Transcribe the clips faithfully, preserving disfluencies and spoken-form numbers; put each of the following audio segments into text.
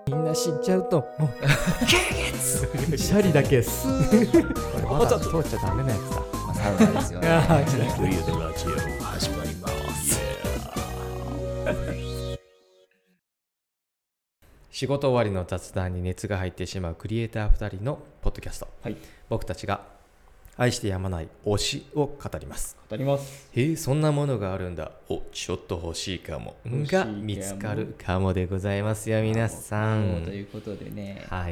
みんな知っちゃうともうシャリだけスーこれまだ通っちゃダメなやつだ。 まあ、サウナですよね。 クリエイティブラジオ始まります。仕事終わりの雑談に熱が入ってしまうクリエイターふたりのポッドキャスト、はい、僕たちが愛してやまない推しを語ります語りますへえ、そんなものがあるんだ、お、ちょっと欲しいかもが見つかるかもでございますよ皆さん。 ということでね、 はい、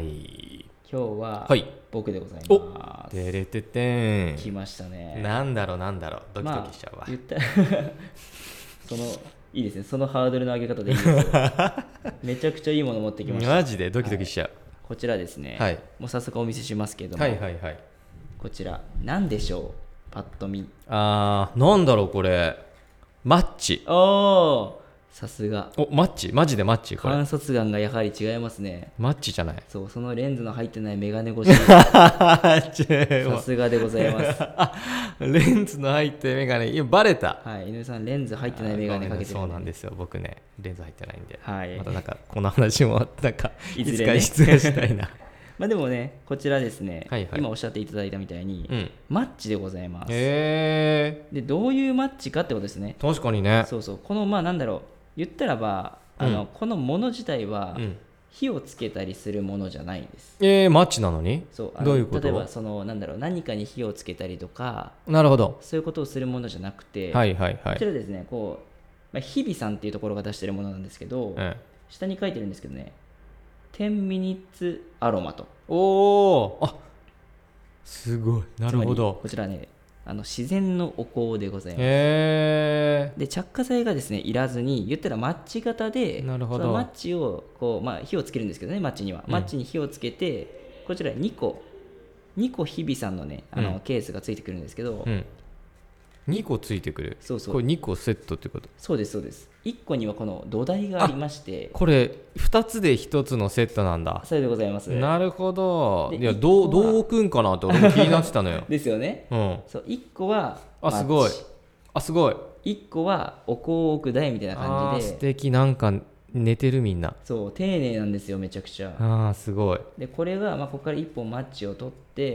今日は僕でございます。 お、てれててん、 来ましたね。 なんだろうなんだろう、ドキドキしちゃうわ、まあ、言ったそのいいですね、そのハードルの上げ方でいいですよめちゃくちゃいいもの持ってきました。 マジでドキドキしちゃう、はい、 こちらですね、はい、もう早速お見せしますけれども、 はいはいはい、 こちら何でしょう、パッと見。 あー、なんだろうこれ、マッチ。 おー、さすが。 お、マッチ、マジでマッチ。これ観察眼がやはり違いますね。 マッチじゃない。 そう、そのレンズの入ってないメガネ越しさすがでございますあ、 レンズの入ってメガネ、今バレた。 はい、井上さんレンズ入ってないメガネかけてるんで、ね、 そうなんですよ、僕ねレンズ入ってないんで、 はい、 またなんかこの話もなんかいつか出演したいなまあでもね、こちらですね、はいはい、今おっしゃっていただいたみたいに、うん、マッチでございます。 へー。 で、どういうマッチかってことですね。 確かにね。 そうそう、このまあなんだろう、言ったらば、あの、うん、このもの自体は、うん、火をつけたりするものじゃないんです。 えー、マッチなのに？ そう、 どういうこと？ 例えばそのなんだろう、何かに火をつけたりとか、 なるほど、 そういうことをするものじゃなくて、 はいはいはい、 こちらですね、こう、まあ、日々さんっていうところが出してるものなんですけど、うん、下に書いてるんですけどね、じゅうミニッツアロマと。 おー、あ、すごい、なるほど。 こちらね、あの自然のお香でございます。 へー。 で、着火剤がですねいらずに、言ったらマッチ型で、 なるほど、 そのマッチをこう、まあ、火をつけるんですけどね、マッチには、うん、マッチに火をつけて、こちらにこにこ日々さんのね、あの、うん、ケースがついてくるんですけど、うん、 にこついてくる。 そうそう、 これにこセットってこと？ そうですそうです。いっこにはこの土台がありまして、 これふたつでひとつのセットなんだ。 そうでございます。 なるほど。いや、どうどう置くんかなって俺も気になってたのよですよね、うん、そう、いっこはあ、すごい、あ、すごい、 いっこはお香を置く台みたいな感じで、 あ、素敵。なんか寝てるみんな。そう、 丁寧なんですよ、めちゃくちゃ。 あー、すごい。 で、これが、まあ、ここからいっぽんマッチを取って、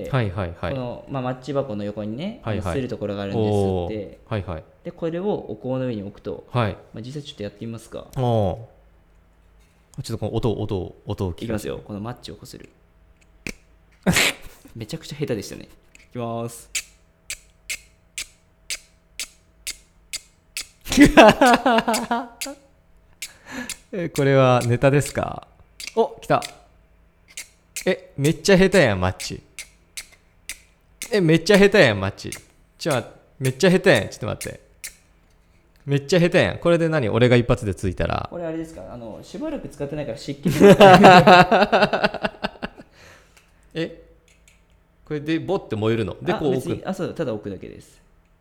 はいはいはい、 この、まあ、マッチ箱の横にね、 はいはい、 するところがあるんですって、 はいはい、 で、これをお香の上に置くと、はい、まあ、実際ちょっとやってみますか。 お、ちょっとこの音音を音を聞きいきますよ。このマッチをこするめちゃくちゃ下手でしたね。いきますえ、これはネタですか？お、来た。え、めっちゃ下手やんマッチ。え、めっちゃ下手やんマッチ。ちょ、めっちゃ下手やん。ちょっと待って。めっちゃ下手やん。これで何？俺が一発でついたら。 これあれですか？あの、しばらく使ってないから湿気え、これでボッて燃えるの？で、こう置く。 あ、そう、ただ置くだけです。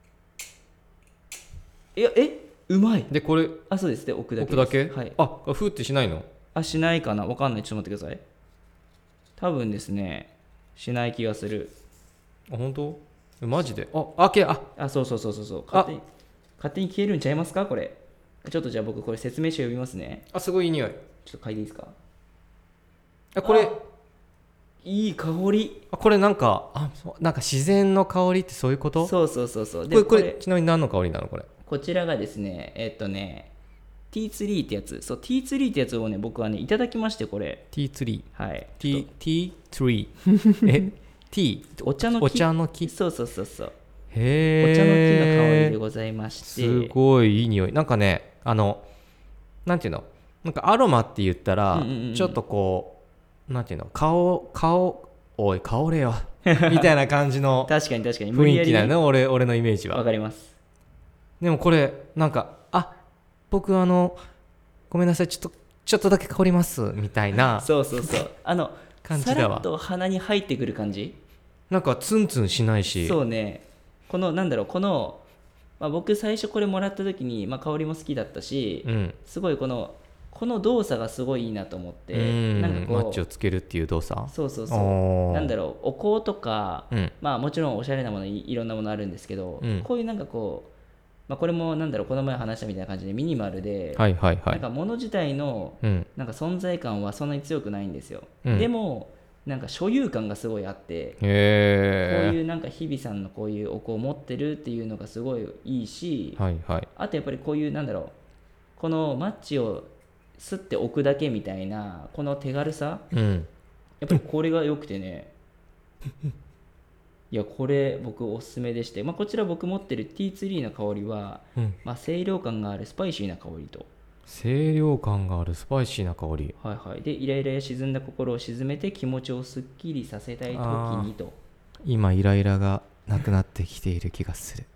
いや、え、うまい。 で、これ、 あ、そうです。で、置くだけです。 置くだけ？ はい。 あ、ふーってしないの？ あ、しないかな。わかんない。ちょっと待ってください。多分ですね、しない気がする。 あ、本当？マジで？あ、あけ、あ、 あ、そうそうそうそうそう。勝手に、勝手に消えるんちゃいますかこれ。ちょっとじゃあ僕これ説明書読みますね。 あ、すごいいい匂い。 ちょっと嗅いでいいですか？ あ、これ、 いい香り。 あ、これなんか、あ、なんか自然の香りってそういうこと？ そうそうそうそう。 で、これ、これちなみに何の香りなのこれ？ こちらがですね、えっとね、ティーツリー ってやつ。そう、ティーツリー ってやつをね、僕はね、いただきまして、これ。 ティーツリー。 はい。 ティーツリー。え、ティー、 お茶の木。 お茶の木。 そうそうそうそう。 へー。 お茶の木の香りでございまして。 すごいいい匂い。なんかね、あの、なんていうの？なんかアロマって言ったら、うんうんうん、ちょっとこう、なんていうの？顔、顔、おい、香れよ。みたいな感じの確かに確かに雰囲気なのね、俺、俺のイメージは。 わかります。 でもこれ、なんか、あ、僕あの、ごめんなさい、ちょっと、ちょっとだけ香ります、みたいな。 そうそうそう。あの、 感じだわ。 さらっと鼻に入ってくる感じ。 なんかツンツンしないし。 そうね。この、なんだろう、この、まあ、僕最初これもらった時に、まあ、香りも好きだったし、うん、すごいこの、この動作がすごいいいなと思って、 うんなんかこうマッチをつけるっていう動作。 そうそうそう。なんだろう、お香とか、うん、まあもちろんおしゃれなもの い, いろんなものあるんですけど、うん、こういうなんかこうまあ、これもなんだろうこの前話したみたいな感じでミニマルで、 はいはいはい。 なんか物自体のうん。 なんか存在感はそんなに強くないんですよ、 うんでもなんか所有感がすごいあって、こうへいうなんか日々さんのこういうお香を持ってるっていうのがすごいいいし、 ー。はいはい。 あとやっぱりこういうなんだろうこのマッチを吸っておくだけみたいなこの手軽さ、 うん。 やっぱりこれが良くてねいやこれ僕おすすめでして、まあ、こちら僕持ってる ティーツリー の香りは、 うん。 まあ、清涼感があるスパイシーな香りと、 清涼感があるスパイシーな香り。 はいはい、でイライラや沈んだ心を沈めて気持ちをすっきりさせたい時にと。 今イライラがなくなってきている気がする。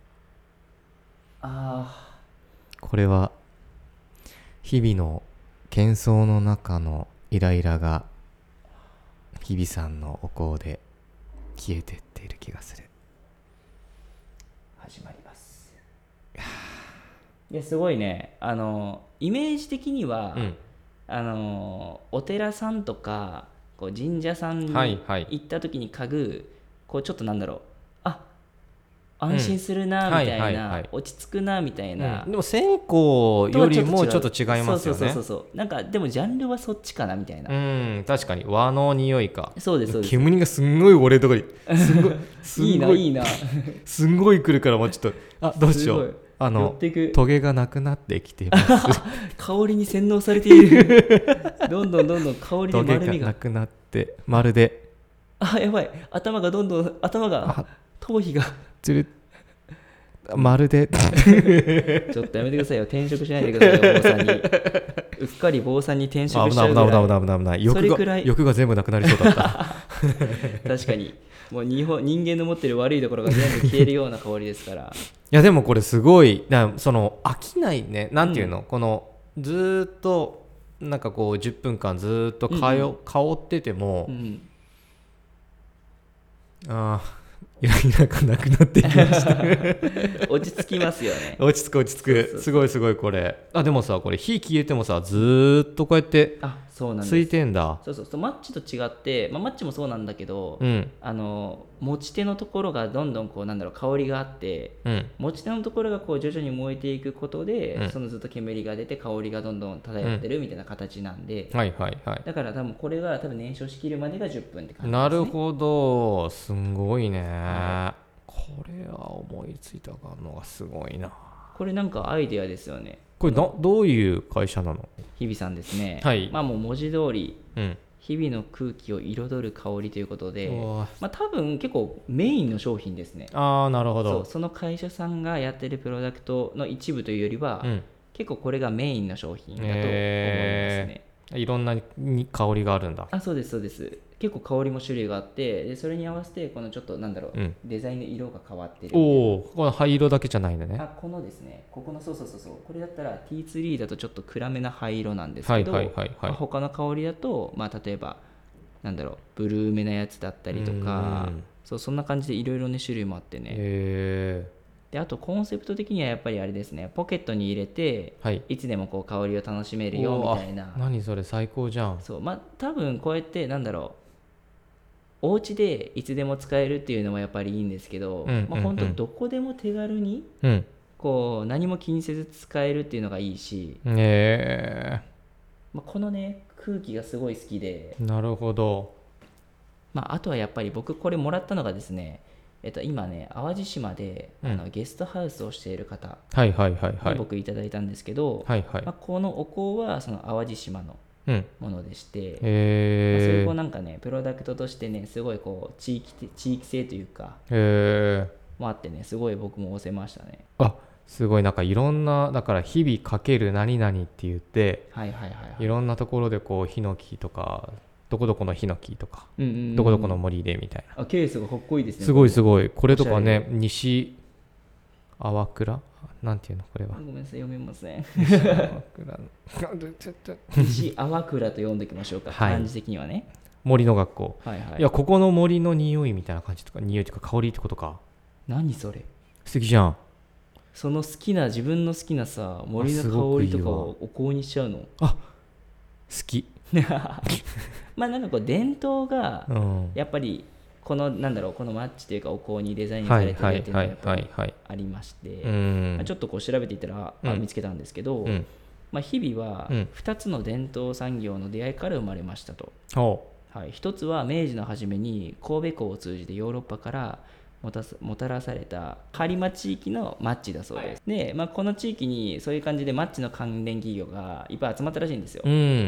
あこれは日々の喧騒の中のイライラが日々さんのお香で消えてっている気がする。 始まります。いやすごいね、あのイメージ的には、 うん。 あのお寺さんとかこう神社さんにはいはい行った時に嗅ぐ、こうちょっとなんだろう、あ安心するなうんみたいな、 はいはいはい、 落ち着くなみたいな、 うん、でも線香よりもちょっと違いますよね。 そうそうそうそうなんかでもジャンルはそっちかなみたいな、 うん確かに和の匂いか。 そうですそうです、 煙がすんごい俺のとこにすんごいすんいいごないいいなすんごい来るからもうちょっとあどうしよすごいう寄あのってくトゲがなくなってきてます香りに洗脳されているどんどんどんどん香りでトゲ丸みががなくなってまるであやばい頭がどんどん頭があ頭皮がつるまるでちょっとやめてくださいよ、転職しないでくださいよ、坊さんに。うっかり坊さんに転職しちゃうぐらい。 危ない危ない危ない危ない危ない欲それくらいが欲が全部なくなりそうだった確かに。もう日本人間の持ってる悪いところが全部消えるような香りですから。 いやでもこれすごいな、その飽きないね、なんていうの、うん、このずーっとなんかこうじゅっぷんかんずーっとかよ、うんうん、香ってても、うん、ああイライラがなくなってきました落ち着きますよね。 落ち着く落ち着く、そうそうそう、すごいすごいこれ。あでもさこれ火消えてもさずーっとこうやってついてんだ。 そうそうそう、マッチと違って、まあ、マッチもそうなんだけど、 うん、 あの持ち手のところがどんどんこうなんだろう香りがあって、うん、持ち手のところがこう徐々に燃えていくことで、うん、そのずっと煙が出て香りがどんどん漂ってるみたいな形なんで、 うん、はいはいはい。 だから多分これが多分燃焼しきるまでがじゅっぷんって感じですね。 なるほど、すごいね、はい、これは思いついたのがすごいな。 これなんかアイデアですよね。 これなどういう会社なの？ 日々さんですね。 はい。 まあもう文字通り、 うん、 日々の空気を彩る香りということで、まあ多分結構メインの商品ですね。 ああなるほど。 そう、その会社さんがやってるプロダクトの一部というよりは、うん、結構これがメインの商品だと思いますね。えー、いろんな香りがあるんだ。 あ、そうですそうです。結構香りも種類があって、でそれに合わせてこのちょっとなんだろう、うん、デザインの色が変わってる。 おお、この灰色だけじゃないんだね。 あ、このですね、ここのそうそうそうそう、これだったら ティーツリー だとちょっと暗めな灰色なんですけど、はいはいはいはい、他の香りだと、まあ、例えばなんだろうブルーめなやつだったりとか、そうそんな感じでいろいろね種類もあってね。 へー。 であとコンセプト的にはやっぱりあれですね、ポケットに入れて、はい、いつでもこう香りを楽しめるよみたいな。 何それ最高じゃん。 そう、まあ多分こうやってなんだろうお家でいつでも使えるっていうのもやっぱりいいんですけど、うんうんうん、まあ、本当どこでも手軽に、うん、こう何も気にせず使えるっていうのがいいし、 へー、 まあ、このね空気がすごい好きで。 なるほど。 まあ、あとはやっぱり僕これもらったのがですね、えっと、今ね淡路島で、うん、あのゲストハウスをしている方に僕いただいたんですけど、はいはい、まあ、このお香はその淡路島のものでして、うん、へー、まあ、そういうこうなんかねプロダクトとしてねすごいこう地域地域性というかへーもあってね、すごい僕も押せましたね。 あ、すごい、なんかいろんなだから日々かける何々って言って、はいはいはいはい、いろんなところでこうヒノキとかどこどこのヒノキとか、うんうんうん、どこどこの森でみたいな。 あ、ケースがかっこいいですね。 すごいすごい。これとかね、西粟倉なんていうのこれは。 ごめんなさい、読めません。 西粟倉西粟倉と読んでおきましょうか、はい、漢字的にはね。 森の学校、 はいはい、 いやここの森の匂いみたいな感じとか、匂いとか香りってことか。 何それ素敵じゃん。 その好きな自分の好きなさ森の香りとかをお香にしちゃうの？ あ、好き。 まあなんかこう伝統がやっぱりこのなんだろうこのマッチというかお香にデザインされてるっていうのがやっぱりありまして、まあ、ちょっとこう調べていったら、うん、あ見つけたんですけど、うんまあ、日々はふたつの伝統産業の出会いから生まれましたと、うんはい、ひとつは明治の初めに神戸港を通じてヨーロッパからもたもたらされた播磨地域のマッチだそうです。で、まあ、この地域にそういう感じでマッチの関連企業がいっぱい集まったらしいんですよ、うん、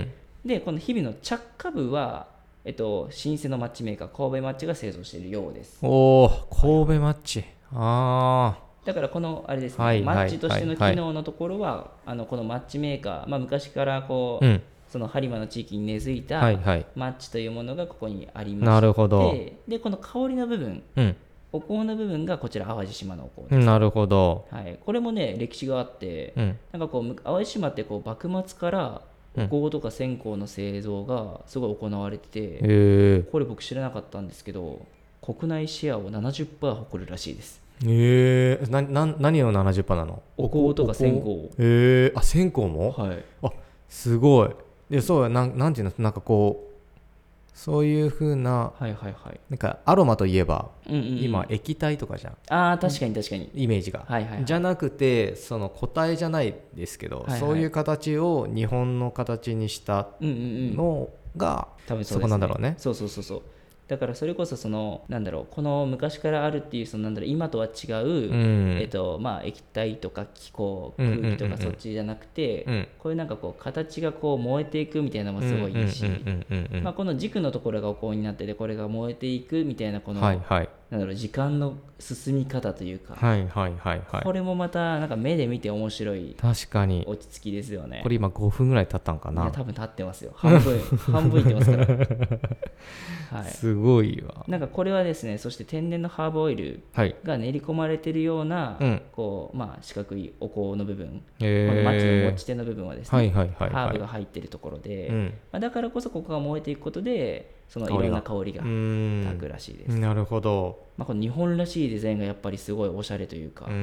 でこの日々の着火部は、えっと、老舗のマッチメーカー神戸マッチが製造しているようです。 おお神戸マッチ、はい、あだからこのあれですね、はいはい、マッチとしての機能のところは、はいはい、あのこのマッチメーカー、まあ、昔からこう、うん、その播磨の地域に根付いたマッチというものがここにありまして、 なるほど。 でこの香りの部分、うんお香の部分がこちら淡路島のお香です。 なるほど、 はい、これもね歴史があって、うん、なんかこう淡路島ってこう幕末からお香とか線香の製造がすごい行われてて、うん、これ僕知らなかったんですけど国内シェアを ななじゅっパーセント 誇るらしいです。 へえー、なな何の ななじゅっパーセント なの？ お香とか線香。 へえー、あ線香も？ はい。 あすごい。でそうなん、なんていうのなんかこうそういう風な、はいはいはい、なんかアロマといえば、うんうんうん、今液体とかじゃん。 ああ確かに確かにイメージが、はいはいはい、じゃなくてその固体じゃないですけど、はいはい、そういう形を日本の形にしたのが、うんうんうん、そこなんだろうね。 そうそうそうそう。だからそれこそそのなんだろうこの昔からあるっていうそのなんだろう今とは違う、うんえっとまあ、液体とか気候空気とかそっちじゃなくて、うんうんうん、こういうなんかこう形がこう燃えていくみたいなのもすごいいいし、まあこの軸のところがお香になっててこれが燃えていくみたいなこの、はいはい、なんだろう時間の進み方というか、はいはいはいはい、これもまたなんか目で見て面白い確かに落ち着きですよね。 これ今ごふんぐらい経ったんかな。 いや多分経ってますよ。半分半分いってますからはい、すごいわ。 なんかこれはですねそして天然のハーブオイルが練り込まれているような、はい、こうまあ、四角いお香の部分、えー、マッチの持ち手の部分はですね、はいはいはいはい、ハーブが入っているところで、うんまあ、だからこそここが燃えていくことでそのいろんな香りが炊くらしいです。 なるほど、 まあ、この日本らしいデザインがやっぱりすごいおしゃれというか、うん、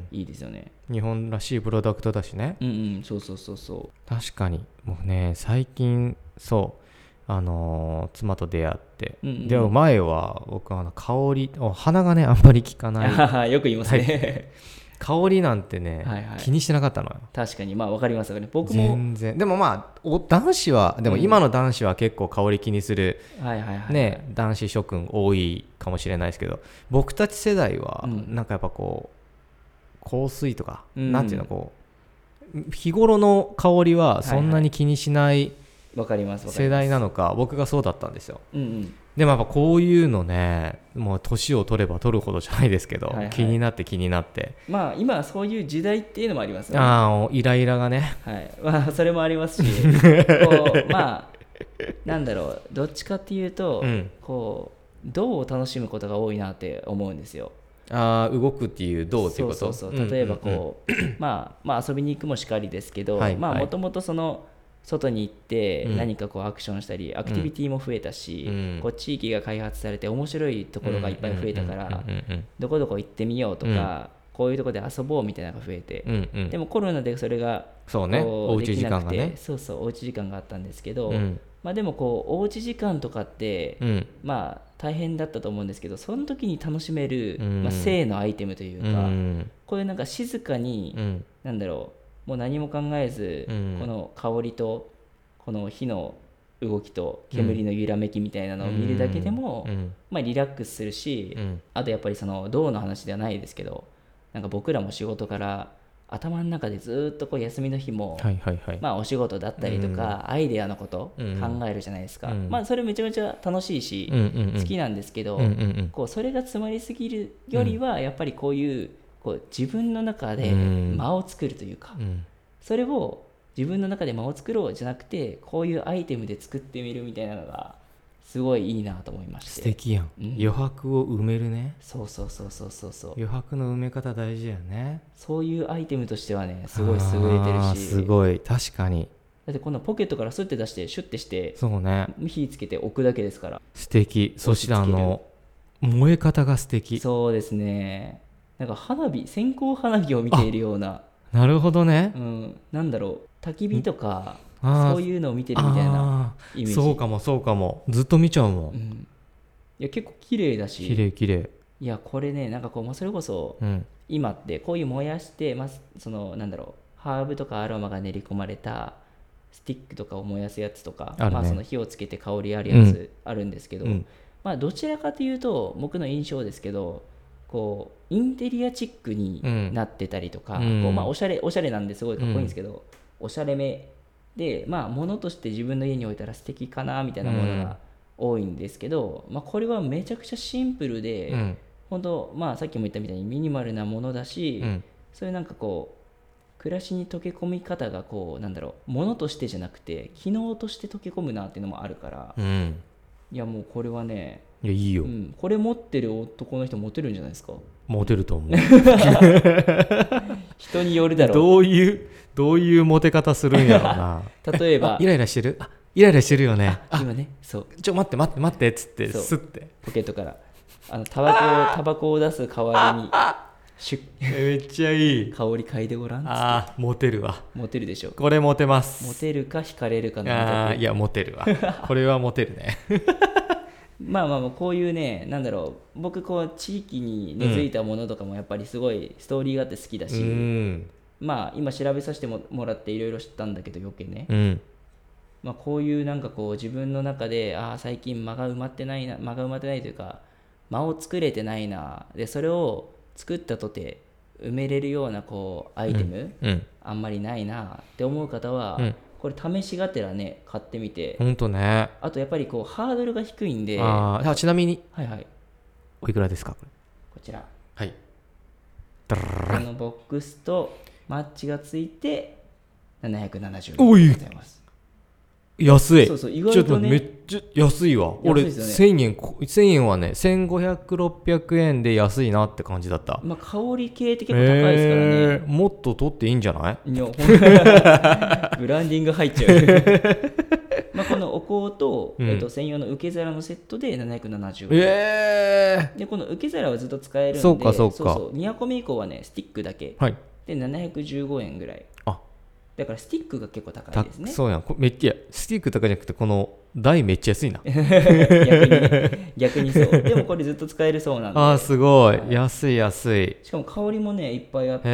いいですよね。 日本らしいプロダクトだしね。 うんうんそうそうそうそう。 確かにもうね最近そうあのー、妻と出会って、うんうん、でも前は僕はあの香り鼻がねあんまり効かないよく言いますね香りなんてね、はいはい、気にしてなかったのよ。 確かにまあ分かりますよね僕も全然。でもまあお男子はでも今の男子は結構香り気にする、うんはいはいはいはい、ね男子諸君多いかもしれないですけど僕たち世代はなんかやっぱこう、うん、香水とか、うん、なんていうのこう日頃の香りはそんなに気にしない、はいはいわかります世代なのか僕がそうだったんですよ、 うんうん、 でもやっぱこういうのねもう年を取れば取るほどじゃないですけど、はいはい、気になって気になってまあ今はそういう時代っていうのもありますよね。 ああイライラがね、 はいまあ、それもありますしこうまあなんだろうどっちかっていうと、うん、こう動を楽しむことが多いなって思うんですよ。 あ動くっていう動っていうこと。 そうそうそう例えばこう、うんうんうん、まあまあ遊びに行くもしかりですけど、はいはい、まあもともとその外に行って何かこうアクションしたり、うん、アクティビティも増えたし、うん、こう地域が開発されて面白いところがいっぱい増えたからどこどこ行ってみようとか、うん、こういうところで遊ぼうみたいなのが増えて、うんうん、でもコロナでそれがそうねおうち時間がねそうそうおうち時間があったんですけど、うんまあ、でもこうおうち時間とかって、うん、まあ大変だったと思うんですけどその時に楽しめる、うんまあ、性のアイテムというか、うん、こういうなんか静かに、うん、なんだろうもう何も考えず、うん、この香りとこの火の動きと煙の揺らめきみたいなのを見るだけでも、うんまあ、リラックスするし、うん、あとやっぱりその銅の話ではないですけどなんか僕らも仕事から頭の中でずっとこう休みの日も、はいはいはいまあ、お仕事だったりとか、うん、アイデアのこと考えるじゃないですか、うんまあ、それめちゃめちゃ楽しいし、うんうんうん、好きなんですけど、うんうんうん、こうそれが詰まりすぎるよりはやっぱりこういうこう自分の中で間を作るというか、うん、それを自分の中で間を作ろうじゃなくてこういうアイテムで作ってみるみたいなのがすごいいいなと思いまして。 素敵やん、うん、余白を埋めるね。 そうそうそうそうそうそう余白の埋め方大事やね。 そういうアイテムとしてはねすごい優れてるしすごい確かにだってこのポケットからスッて出してシュッてしてそうね火つけて置くだけですから。 素敵。そしてあの燃え方が素敵。 そうですねなんか花火線香花火を見ているような。 なるほどね、 うん、なんだろう焚き火とかそういうのを見てるみたいなイメージ。 そうかもそうかもずっと見ちゃうもん、うん、 いや結構綺麗だし、 綺麗綺麗。 いやこれねなんかこう、まあ、それこそ、うん、今ってこういう燃やして、まあ、そのなんだろうハーブとかアロマが練り込まれたスティックとかを燃やすやつとか、ね、まあ、その火をつけて香りあるやつあるんですけど、うん、まあ、どちらかというと僕の印象ですけどこうインテリアチックになってたりとか、うん、こうまあ、おしゃれおしゃれなんですごいかっこいいんですけど、うん、おしゃれめで、まあ、物として自分の家に置いたら素敵かなみたいなものが多いんですけど、まあ、これはめちゃくちゃシンプルで、うん、本当、まあ、さっきも言ったみたいにミニマルなものだし、うん、そういうなんかこう暮らしに溶け込み方がこうなんだろう物としてじゃなくて機能として溶け込むなっていうのもあるから、うん、いやもうこれはねいやいいよ、 うん、これ持ってる男の人モテるんじゃないですか。 モテると思う人によるだろう。 どういうどういうモテ方するんやろうな例えばイライラしてるあイライラしてるよねあ今ねそうちょ待って待って待ってっつってスッてポケットからあのタバコタバコを出す代わりにシュッめっちゃいい香り嗅いでごらんっつって。 あモテるわ。 モテるでしょ。 これモテます。 モテるか惹かれるかのあいやモテるわこれはモテるねまあまあこういうねなんだろう僕こう地域に根付いたものとかもやっぱりすごいストーリーがあって好きだし、うん、まあ今調べさせてもらっていろいろ知ったんだけど余計ね、うんまあ、こういうなんかこう自分の中でああ最近間が埋まってないな間が埋まってないというか間を作れてないなでそれを作ったとて埋めれるようなこうアイテム、うんうん、あんまりないなって思う方は、うん、これ試しがてらね買ってみてほんとね。 あとやっぱりこうハードルが低いんでああちなみにはいはいおいくらですかこれ。 こちらはいこのボックスとマッチがついてななひゃくななじゅうえんでございます。 安い。 そうそう意外とねちょっとめっちゃ安いわ。俺せんえんせんえんはねせんごひゃくろっぴゃくえんで安いなって感じだった。 まあ香り系って結構高いですからね、えー、 もっと取っていいんじゃない。 いやブランディング入っちゃうまあこのお香と、うんえっと、専用の受け皿のセットでななひゃくななじゅうえん、えー、でこの受け皿はずっと使えるんでそうかそうかそうそうにこめ以降はねスティックだけ、はい、でななひゃくじゅうごえんぐらい。あだからスティックが結構高いですね。 そうやんめっちゃスティック高いじゃなくてこの台めっちゃ安いな逆に逆にそうでもこれずっと使えるそうなんであーすごい、はい、安い安い。 しかも香りもねいっぱいあって、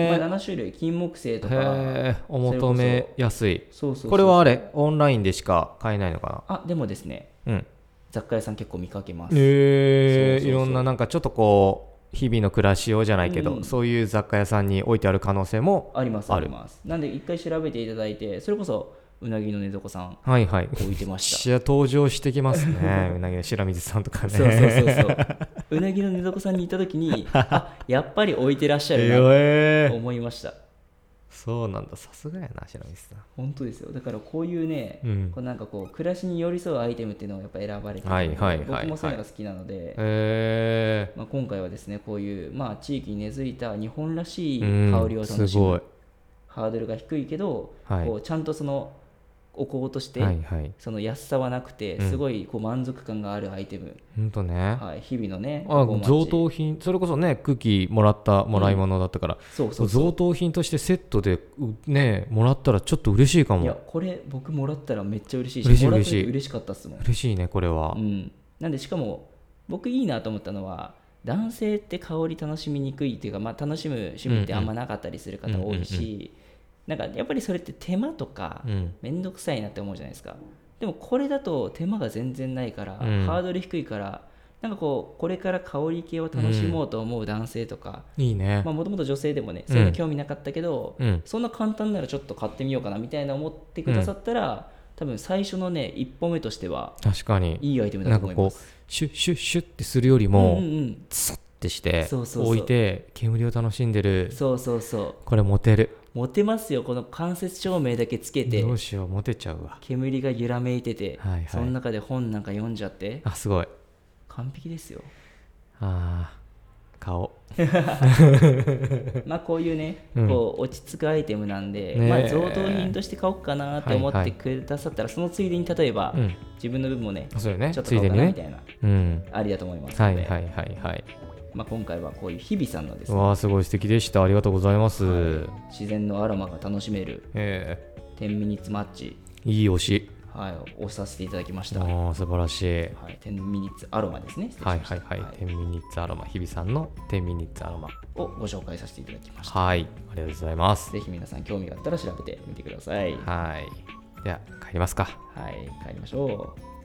まあ、なな種類金木犀とかへお求めやすい。そうそうそうそうこれはあれオンラインでしか買えないのかな。あでもですね、うん、雑貨屋さん結構見かけます。 へえいろんななんかちょっとこう日々の暮らし用じゃないけど、うん、そういう雑貨屋さんに置いてある可能性もある。 ありますあります。なんで一回調べていただいてそれこそうなぎの寝床さんはいはい置いてました。 いや登場してきますねうなぎの白水さんとかねそうそうそうそううなぎの寝床さんに行った時にあやっぱり置いてらっしゃるなと思いました。 そうなんださすがやな白水さん。 本当ですよ。だからこういうね、うん、こうなんかこう暮らしに寄り添うアイテムっていうのをやっぱ選ばれてるので、はいはいはいはい、僕もそういうのが好きなので、えーまあ、今回はですねこういう、まあ、地域に根付いた日本らしい香りを楽しむ、うん、すごいハードルが低いけど、はい、こうちゃんとそのお香として、はいはい、その安さはなくてすごいこう満足感があるアイテム、 うん、ほんとね、 はい、日々のねあ贈答品それこそねクッキーもらったもらい物だったから、うん、そうそうそう贈答品としてセットでねもらったらちょっと嬉しいかも。 いやこれ僕もらったらめっちゃ嬉しいし嬉しい嬉しい嬉しかったっすもん。 嬉しいねこれは、 うん、なんでしかも僕いいなと思ったのは男性って香り楽しみにくいっていうか、まあ、楽しむ趣味ってあんまなかったりする方多いし、うんうんうんうんなんかやっぱりそれって手間とかめんどくさいなって思うじゃないですか、うん、でもこれだと手間が全然ないから、うん、ハードル低いからなんかこうこれから香り系を楽しもうと思う男性とか、 うん、いいねもともと女性でもねそういうの興味なかったけど、うん、そんな簡単ならちょっと買ってみようかなみたいな思ってくださったら、うん、多分最初のね一歩目としては確かにいいアイテムだと思います。 なんかこうシュッシュッシュッってするよりも、うんうん、ツッってしてそうそうそう置いて煙を楽しんでる。 そうそうそうこれモテる。 モテますよ。この間接照明だけつけてどうしようモテちゃうわ。 煙が揺らめいてて、はいはい、その中で本なんか読んじゃってあすごい完璧ですよ。 あ顔まあこういうね、うん、こう落ち着くアイテムなんで、ねまあ、贈答品として買おうかなって思ってくださったら、はいはい、そのついでに例えば、うん、自分の分もね、そうよねちょっと買おうかなみたいな、ねうん、ありだと思いますので、はいはいはいはいまあ、今回はこういう日々さんのですねわあすごい素敵でした。ありがとうございます、はい、 自然のアロマが楽しめるテンミニッツマッチいい推しはい、押させていただきました。 おー、素晴らしい。 はい、じゅうミニッツアロマですね。 はいはいはい、はい、じゅうミニッツアロマ、日比さんのじゅうミニッツアロマをご紹介させていただきました。 はい、ありがとうございます。 ぜひ皆さん興味があったら調べてみてください。 はい、では帰りますか。 はい、帰りましょう。